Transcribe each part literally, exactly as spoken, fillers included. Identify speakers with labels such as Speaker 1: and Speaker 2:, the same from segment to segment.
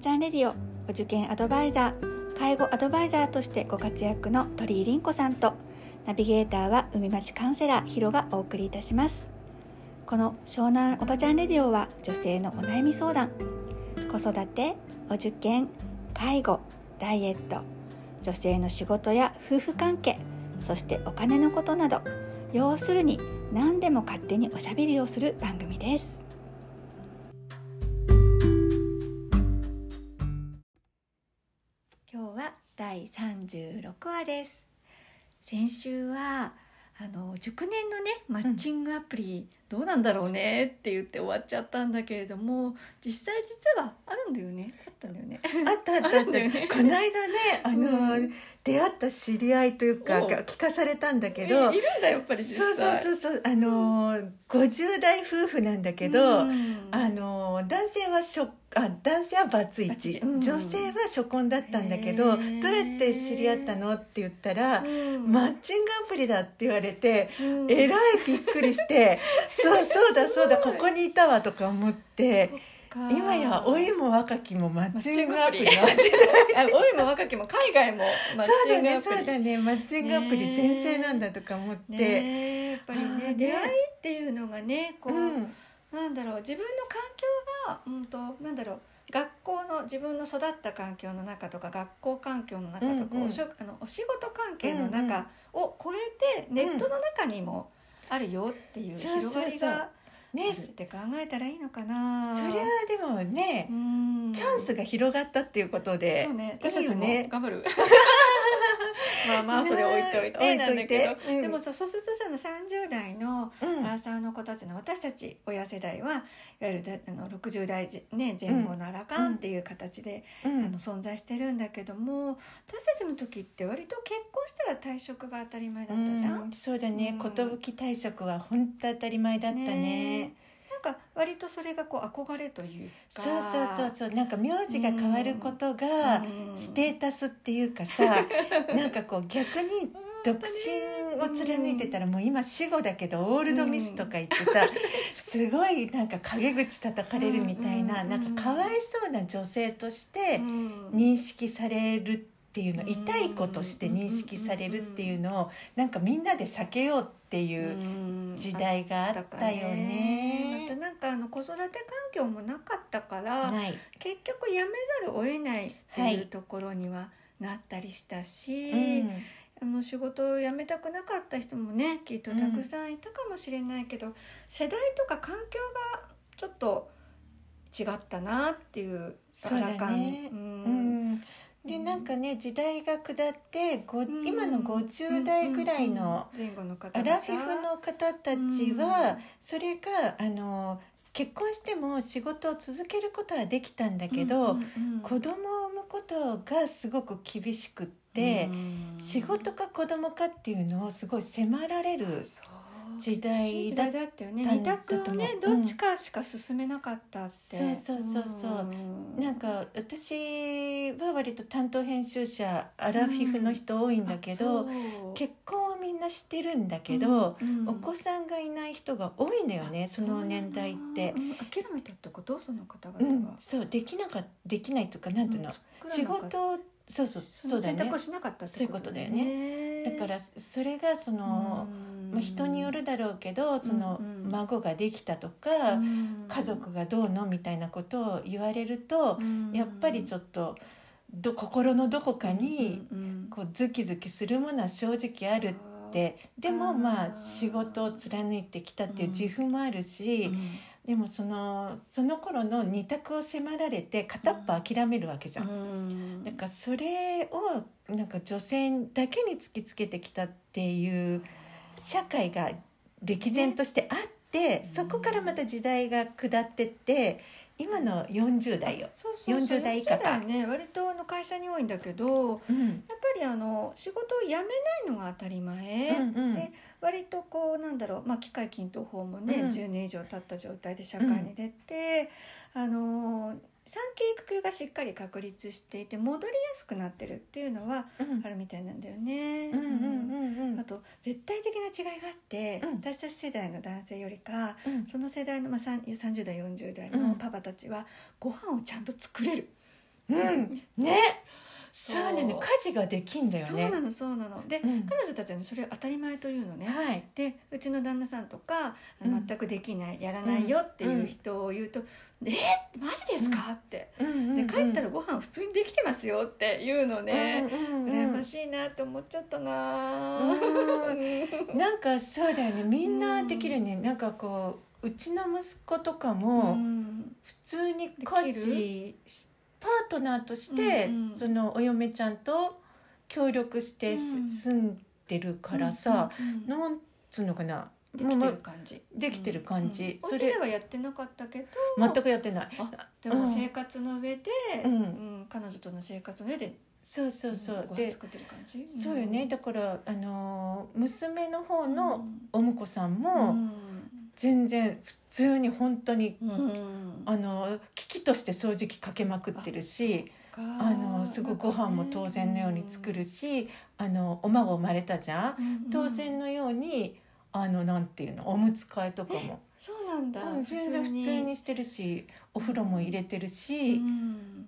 Speaker 1: ちゃんレディオ、お受験アドバイザー、介護アドバイザーとしてご活躍の鳥居凛子さんと、ナビゲーターは海町カウンセラーヒロがお送りいたします。この湘南おばちゃんレディオは、女性のお悩み相談、子育て、お受験、介護、ダイエット、女性の仕事や夫婦関係、そしてお金のことなど、要するに何でも勝手におしゃべりをする番組です。今日はだいさんじゅうろくわです。先週はあの熟年のねマッチングアプリどうなんだろうねって言って終わっちゃったんだけれども、実際実はあるんだよね。あったんだよね。
Speaker 2: あったあったあった。この間ね、あの、うん、出会った知り合いというか聞かされたんだけど、
Speaker 1: いるんだやっぱり実際。
Speaker 2: そうそうそうそう、あのごじゅう代夫婦なんだけど、うん、あの男性は初あ男性はバツイチ、うん、女性は初婚だったんだけど、どうやって知り合ったのって言ったら、うん、マッチングアプリだって言われて、うん、えらいびっくりしてそうそうだそうだここにいたわとか思って、今や老いも若きもマッチングアプリの時代
Speaker 1: 老いも若きも海外もマッチングアプリ、
Speaker 2: そうだねそうだね、マッチングアプリ全盛なんだとか思って、
Speaker 1: ね、やっぱりね出会いっていうのがねこう、うん、なんだろう、自分の環境が、うんと、なんだろう、学校の自分の育った環境の中とか学校環境の中とか、うんうん、お, しょあのお仕事関係の中を超えて、うんうん、ネットの中にもあるよっていう広がりがねって考えたらいいのかな。
Speaker 2: それはでもね、チャンスが広がったっていうことで、
Speaker 1: そうね、
Speaker 2: いいよね。
Speaker 1: 頑張るまあまあそれ置いといてなんだけど、うん、でもさ、そうするとささんじゅう代のアラサーの子たちの、私たち親世代はいわゆるあのろくじゅう代、ね、前後のアラカンっていう形で、うん、あの存在してるんだけども、私たちの時って割と結婚したら退職が当たり前だったじゃん、
Speaker 2: うん、そうだね、寿、うん、退職は本当当たり前だったね。ね、
Speaker 1: なんか割とそれがこう憧れというか、
Speaker 2: そうそうそうそう、なんか名字が変わることがステータスっていうかさ、うん、なんかこう逆に独身を貫いてたら、もう今死後だけどオールドミスとか言ってさ、すごいなんか陰口叩かれるみたいな、なんかかわいそうな女性として認識されるっていうの、痛い子として認識されるっていうのをなんかみんなで避けようっていう時代があったよね。
Speaker 1: またなんかあの子育て環境もなかったから、結局辞めざるを得ないっていうところにはなったりしたし、はい、うん、あの仕事を辞めたくなかった人もねきっとたくさんいたかもしれないけど、うん、世代とか環境がちょっと違ったなっていう。
Speaker 2: そうだね、うん、でなんかね時代が下ってご、うん、今のごじゅう代ぐらいのアラフィフの方たちは、うん、それがあの結婚しても仕事を続けることはできたんだけど、うんうんうん、子供を産むことがすごく厳しくって、うん、仕事か子供かっていうのをすごい迫られる時代だったよね。
Speaker 1: 二択をねどっちかしか進めなかったって、
Speaker 2: うん、そうそうそうそう、うん、なんか私は割と担当編集者アラフィフの人多いんだけど、うん、結婚はみんな知ってるんだけど、うんうん、お子さんがいない人が多いんだよね、その年代って、
Speaker 1: うん、諦めたってこと、その方々は、
Speaker 2: うん、そうできなかできないとかなんていうの、うん、仕事そうそうそうだね、
Speaker 1: 選択をしなかったってことだよね。
Speaker 2: そういうことだよね。だからそれがその、まあ、人によるだろうけど、その孫ができたとか、家族がどうのみたいなことを言われると、やっぱりちょっとど心のどこかにこうズキズキするものは正直あるって。でもまあ仕事を貫いてきたっていう自負もあるし、でもそのその頃の二択を迫られて片っぽ諦めるわけじゃん、うん、だからそれをなんか女性だけに突きつけてきたっていう社会が歴然としてあって、ね、そこからまた時代が下ってって今のよんじゅう代よ、そうそうそう、よんじゅう代以下か、
Speaker 1: よんじゅう代ね、割とあの会社に多いんだけど、うん、やっぱりあの仕事を辞めないのが当たり前、うんうん、で割とこうなんだろう、まあ、機械均等法もね、うん、じゅうねん以上経った状態で社会に出て、うん、あの産休育休がしっかり確立していて戻りやすくなってるっていうのはあるみたいなんだよね。あと絶対的な違いがあって、うん、私たち世代の男性よりか、うん、その世代の、まあ、さんじゅう代よんじゅう代のパパたちはご飯をちゃんと作れる。
Speaker 2: うんねそうなの、家事ができんだよね。
Speaker 1: そうなのそうなので、うん、彼女たちは、ね、それ当たり前というのね、はい、でうちの旦那さんとか、うん、全くできないやらないよっていう人を言うと、うん、えー、マジですかって、うん、で帰ったらご飯普通にできてますよっていうのね、うんうんうん、羨ましいなって思っちゃったな、うん、
Speaker 2: なんかそうだよね、みんなできるね、うん、なんかこううちの息子とかも普通に家事してパートナーとして、うんうん、そのお嫁ちゃんと協力して住んでるからさ、うんうんうん、なんつうのかな、
Speaker 1: できてる感じ、
Speaker 2: できてる感じ、
Speaker 1: うんうん、それお家ではやってなかったけど
Speaker 2: 全くやってない。
Speaker 1: でも生活の上で、うんうん、彼女との生活の上で
Speaker 2: そうそうそう、
Speaker 1: うん、ご飯作ってる感じ、
Speaker 2: そうよね。だからあの娘の方のお婿さんも、うん、全然普通に本当に、うん、あの危機として掃除機かけまくってるし、あのすごいご飯も当然のように作るし、うん、あのお孫生まれたじゃん、うんうん、当然のようにあのなんていうの、おむつ替えとかも
Speaker 1: そうなんだ、
Speaker 2: うん、全然普通にしてるし、お風呂も入れてるし、うん、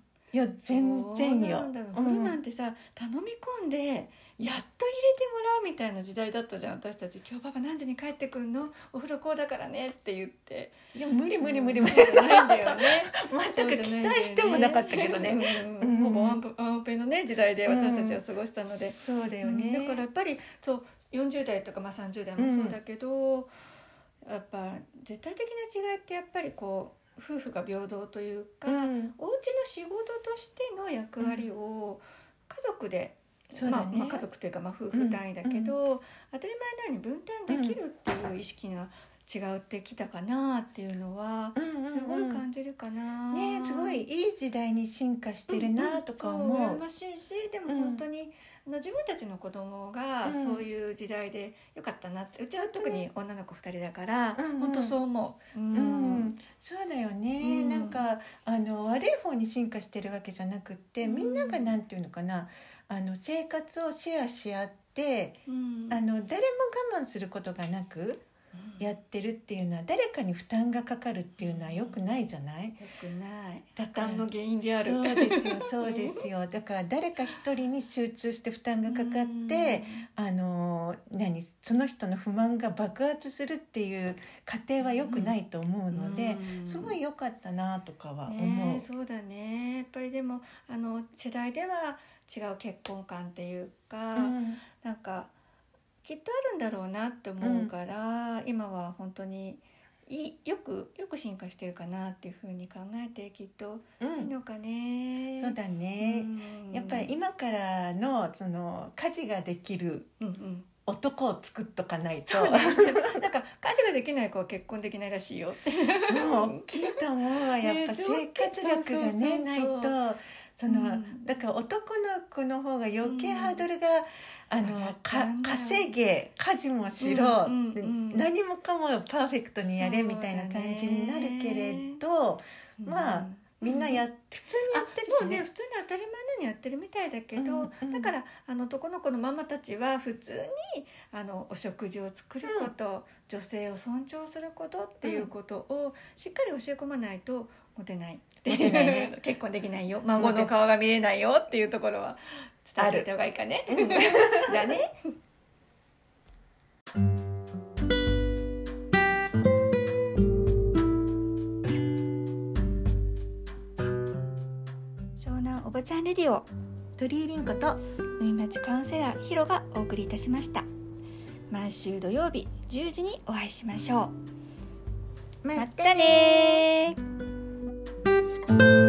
Speaker 2: いや全然よ。
Speaker 1: お風呂なんてさ、頼み込んでやっと入れてもらうみたいな時代だったじゃん、私たち。今日パパ何時に帰ってくんの、お風呂こうだからねって言って、
Speaker 2: いや無理無理無理無理、
Speaker 1: じゃないんだよね
Speaker 2: 全く期待してもなかったけどね、
Speaker 1: うんうん、ほぼワンオペのね時代で私たちは過ごしたので、うん、
Speaker 2: そうだよね、
Speaker 1: うん、だからやっぱりそうよんじゅう代とか、まあ、さんじゅう代もそうだけど、うん、やっぱ絶対的な違いってやっぱりこう夫婦が平等というか、うん、お家の仕事としての役割を家族で、うんまあまあ、家族というか、まあ、夫婦単位だけど、うんうん、当たり前のように分担できるっていう意識が違ってきたかなっていうのはすごい感じるかな、うんうん
Speaker 2: うん、ね、すごいいい時代に進化してるなとか思う、
Speaker 1: うんうん、羨ましいし、でも本当に、うん、あの自分たちの子供がそういう時代でよかったなって、うちは特に女の子ふたりだから、うんうん、本当そう思う、うん
Speaker 2: うん、そうだよね、うん、なんかあの悪い方に進化してるわけじゃなくって、みんながなんていうのかな、あの生活をシェアし合って、うん、あの誰も我慢することがなくやってるっていうのは、誰かに負担がかかるっていうのは良くないじゃない、
Speaker 1: 良くない負担の原因である。
Speaker 2: そうですよそうですよだから誰か一人に集中して負担がかかって、あの何その人の不満が爆発するっていう過程は良くないと思うので、すごい良かったなとかは思う、
Speaker 1: ね、そうだね。やっぱりでもあの世代では違う結婚観っていうか、うん、なんかきっとあるんだろうなって思うから、うん、今は本当にいよくよく進化してるかなっていうふうに考えて、きっといいのかね、
Speaker 2: うん、そうだね、うん、やっぱり今からのその家事ができる男を作っとかないと、
Speaker 1: うんうん、なんか家事ができない子は結婚できないらしいよって
Speaker 2: もう聞いたもんはやっぱ生活力がねないと、その、うん、だから男の子の方が余計ハードルが、うん、あのか稼げ家事もしろ、うんうんうん、何もかもパーフェクトにやれみたいな感じになるけれど、まあみんなや、うん、普通にやってるしね、
Speaker 1: もうね普通に当たり前のようにやってるみたいだけど、うんうん、だからあの男の子のママたちは普通にあのお食事を作ること、うん、女性を尊重することっていうことをしっかり教え込まないとモテないっていう、ね、結婚できないよ、孫の顔が見えないよっていうところは伝えておいた方がいいかねだねおばちゃんレディオ、
Speaker 2: 鳥居凛子と
Speaker 1: 海町カウンセラーヒロがお送りいたしました。毎週土曜日じゅうじにお会いしましょう。またねー。